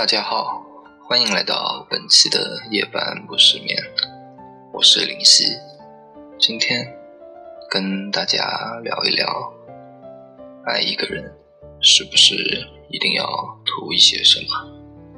大家好，欢迎来到本期的夜半不失眠，我是林夕。今天跟大家聊一聊，爱一个人是不是一定要图一些什么？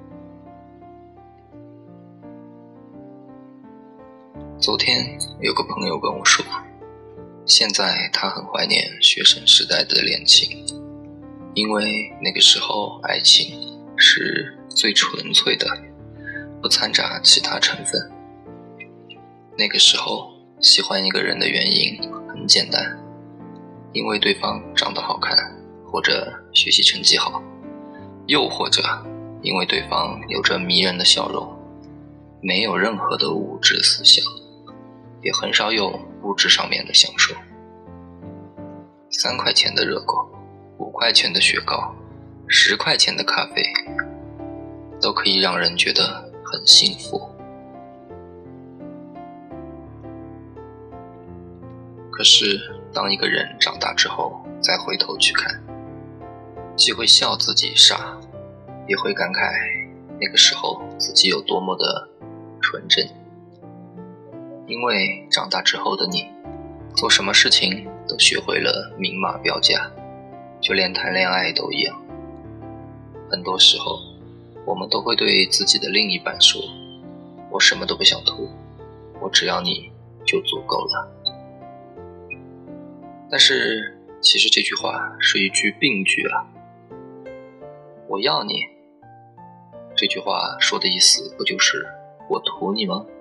昨天有个朋友跟我说，现在他很怀念学生时代的恋情，因为那个时候爱情是最纯粹的，不掺杂其他成分。那个时候喜欢一个人的原因很简单，因为对方长得好看，或者学习成绩好，又或者因为对方有着迷人的笑容，没有任何的物质思想，也很少有物质上面的享受。3块钱的热狗，5块钱的雪糕，10块钱的咖啡，都可以让人觉得很幸福。可是当一个人长大之后再回头去看，既会笑自己傻，也会感慨那个时候自己有多么的纯真。因为长大之后的你，做什么事情都学会了明码标价，就连谈恋爱都一样。很多时候我们都会对自己的另一半说，我什么都不想图，我只要你就足够了。但是其实这句话是一句病句啊。我要你，这句话说的意思不就是我图你吗？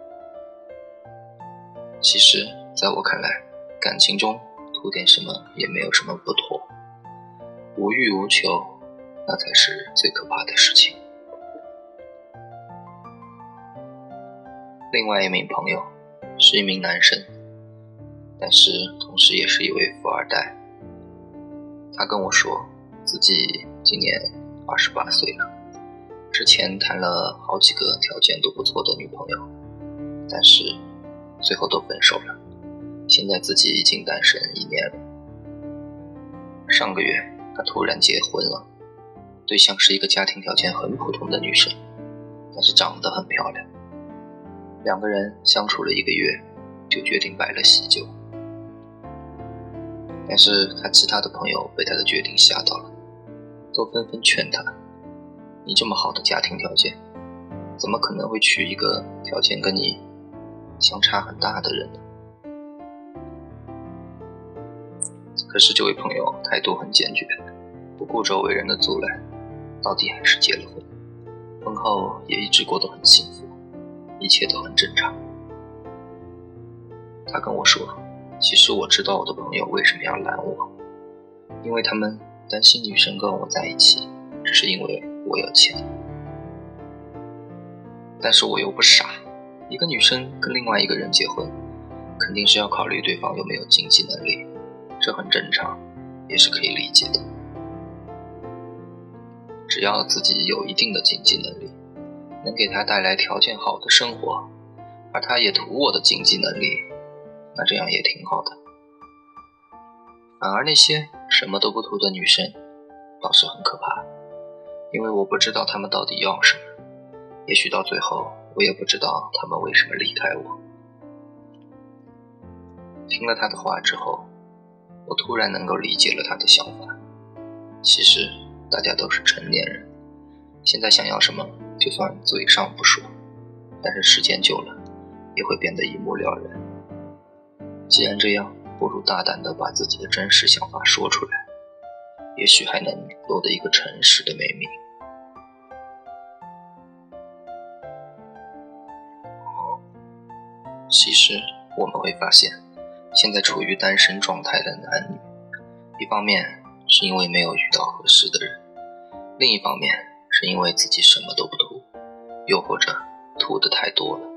其实在我看来，感情中图点什么也没有什么不妥，无欲无求，那才是最可怕的事情。另外一名朋友是一名男生，但是同时也是一位富二代。他跟我说自己今年28岁了，之前谈了好几个条件都不错的女朋友，但是最后都分手了。现在自己已经单身1年了。上个月他突然结婚了，对象是一个家庭条件很普通的女生，但是长得很漂亮。2个人相处了1个月，就决定摆了喜酒。但是他其他的朋友被他的决定吓到了，都纷纷劝他，你这么好的家庭条件，怎么可能会娶一个条件跟你相差很大的人呢？可是这位朋友态度很坚决，不顾周围人的阻拦，到底还是结了婚。婚后也一直过得很幸福，一切都很正常。他跟我说，其实我知道我的朋友为什么要拦我，因为他们担心女生跟我在一起，只是因为我有钱。但是我又不傻，一个女生跟另外一个人结婚，肯定是要考虑对方有没有经济能力，这很正常，也是可以理解的。只要自己有一定的经济能力，能给他带来条件好的生活，而他也图我的经济能力，那这样也挺好的。反而那些什么都不图的女生倒是很可怕，因为我不知道她们到底要什么，也许到最后我也不知道她们为什么离开我。听了他的话之后，我突然能够理解了他的想法。其实大家都是成年人，现在想要什么就算嘴上不说，但是时间久了也会变得一目了然。既然这样，不如大胆地把自己的真实想法说出来，也许还能落得一个诚实的美名。其实我们会发现，现在处于单身状态的男女，一方面是因为没有遇到合适的人，另一方面是因为自己什么都不图，又或者图的太多了。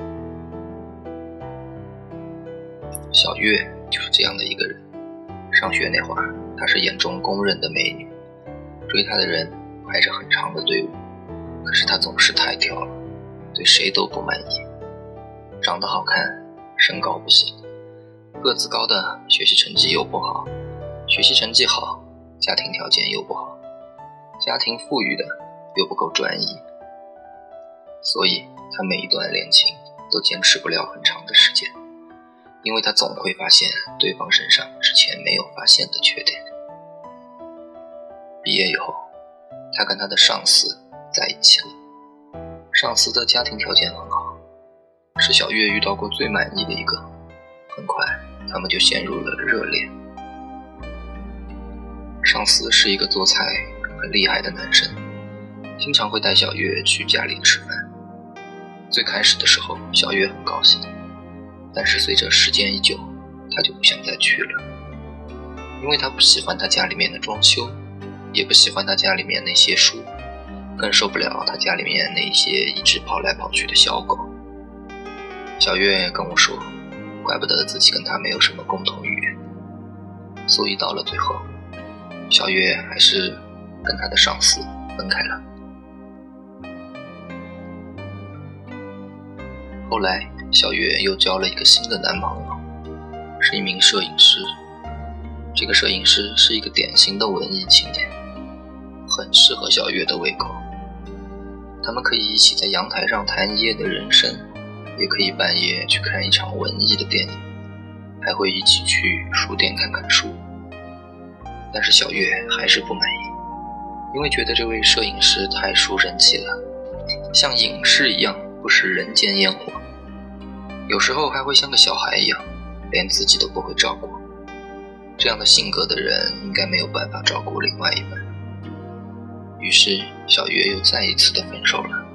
小月就是这样的一个人，上学那会儿，她是眼中公认的美女，追她的人排着很长的队伍，可是她总是太挑了，对谁都不满意。长得好看，身高不行，个子高的学习成绩又不好，学习成绩好，家庭条件又不好，家庭富裕的又不够专一，所以他每一段恋情都坚持不了很长的时间，因为他总会发现对方身上之前没有发现的缺点。毕业以后，他跟他的上司在一起了。上司的家庭条件很好，是小月遇到过最满意的一个。很快他们就陷入了热恋。上司是一个做菜很厉害的男生，经常会带小月去家里吃饭。最开始的时候小月很高兴，但是随着时间一久，他就不想再去了，因为他不喜欢他家里面的装修，也不喜欢他家里面那些书，更受不了他家里面那些一直跑来跑去的小狗。小月跟我说，怪不得自己跟他没有什么共同语言，所以到了最后，小月还是跟他的上司分开了。后来小月又交了一个新的男朋友，是一名摄影师。这个摄影师是一个典型的文艺青年，很适合小月的胃口。他们可以一起在阳台上谈一夜的人生，也可以半夜去看一场文艺的电影，还会一起去书店看看书。但是小月还是不满意，因为觉得这位摄影师太书生气了，像影视一样不食人间烟火，有时候还会像个小孩一样，连自己都不会照顾。这样的性格的人应该没有办法照顾另外一半。于是小月又再一次的分手了。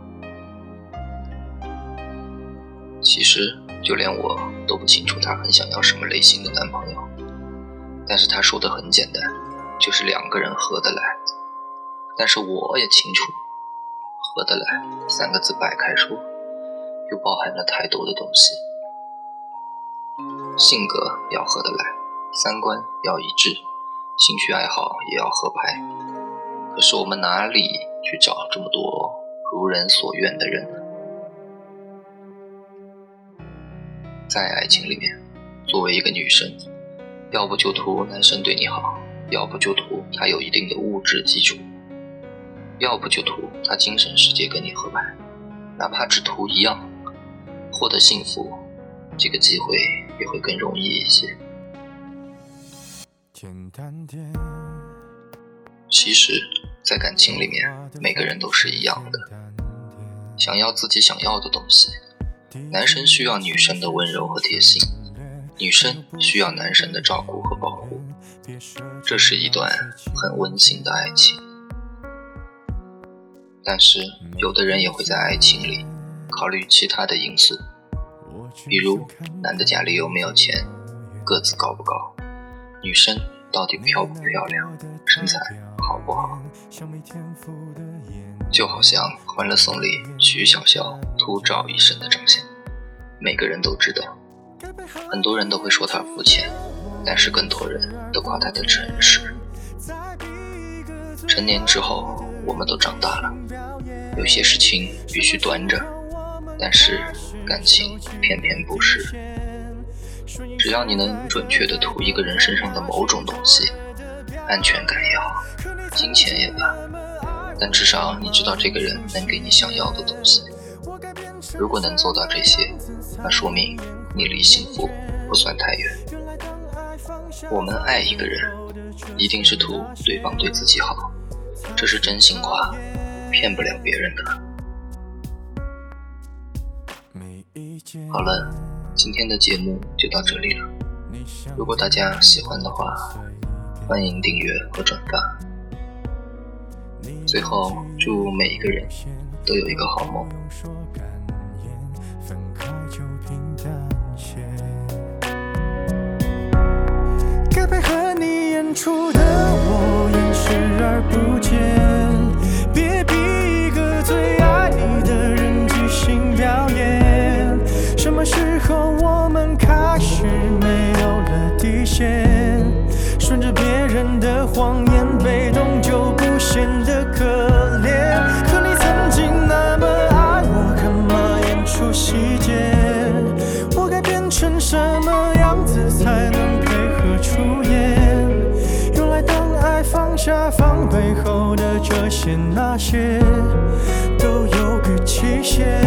其实就连我都不清楚她很想要什么类型的男朋友，但是她说的很简单，就是两个人合得来。但是我也清楚，合得来三个字摆开说，又包含了太多的东西。性格要合得来，三观要一致，兴趣爱好也要合拍。可是我们哪里去找这么多如人所愿的人呢？在爱情里面，作为一个女生，要不就图男生对你好，要不就图他有一定的物质基础，要不就图他精神世界跟你合拍，哪怕只图一样，获得幸福，这个机会也会更容易一些。其实在感情里面，每个人都是一样的，想要自己想要的东西。男生需要女生的温柔和贴心，女生需要男生的照顾和保护，这是一段很温馨的爱情。但是有的人也会在爱情里考虑其他的因素，比如男的家里有没有钱，个子高不高，女生到底漂不漂亮，身材好不好。就好像《欢乐颂》里徐小小秃照一身的长相，每个人都知道，很多人都会说他肤浅，但是更多人都夸他的诚实。成年之后，我们都长大了，有些事情必须端着，但是感情偏偏不是。只要你能准确地图一个人身上的某种东西，安全感也好，金钱也罢，但至少你知道这个人能给你想要的东西。如果能做到这些，那说明你离幸福不算太远。我们爱一个人，一定是图对方对自己好，这是真心话，骗不了别人的。好了，今天的节目就到这里了。如果大家喜欢的话，欢迎订阅和转发。最后，祝每一个人都有一个好梦。该配合你演出的我演视而不见，别逼一个最爱你的人即兴表演。什么时候我们开始没有了底线，顺着别人的谎言，被动就不显得可怜。可你曾经那么爱我，干嘛演出细节？我该变成什么样子才能配合出演？用来当爱放下防备后的这些那些都有个期限。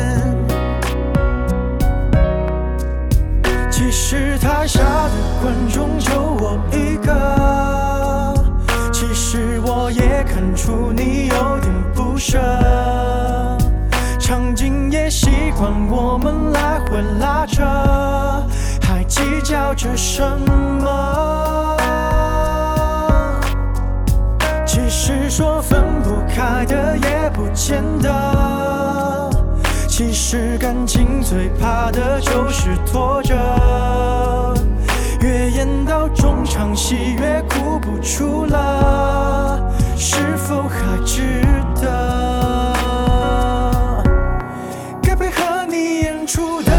其实台下的观众就我一个，其实我也看出你有点不舍，场景也习惯我们来回拉扯，还计较着什么？其实说分不开的也不见得，其实感情最怕的就是拖着，越演到中场戏越哭不出了，是否还值得？该配合你演出的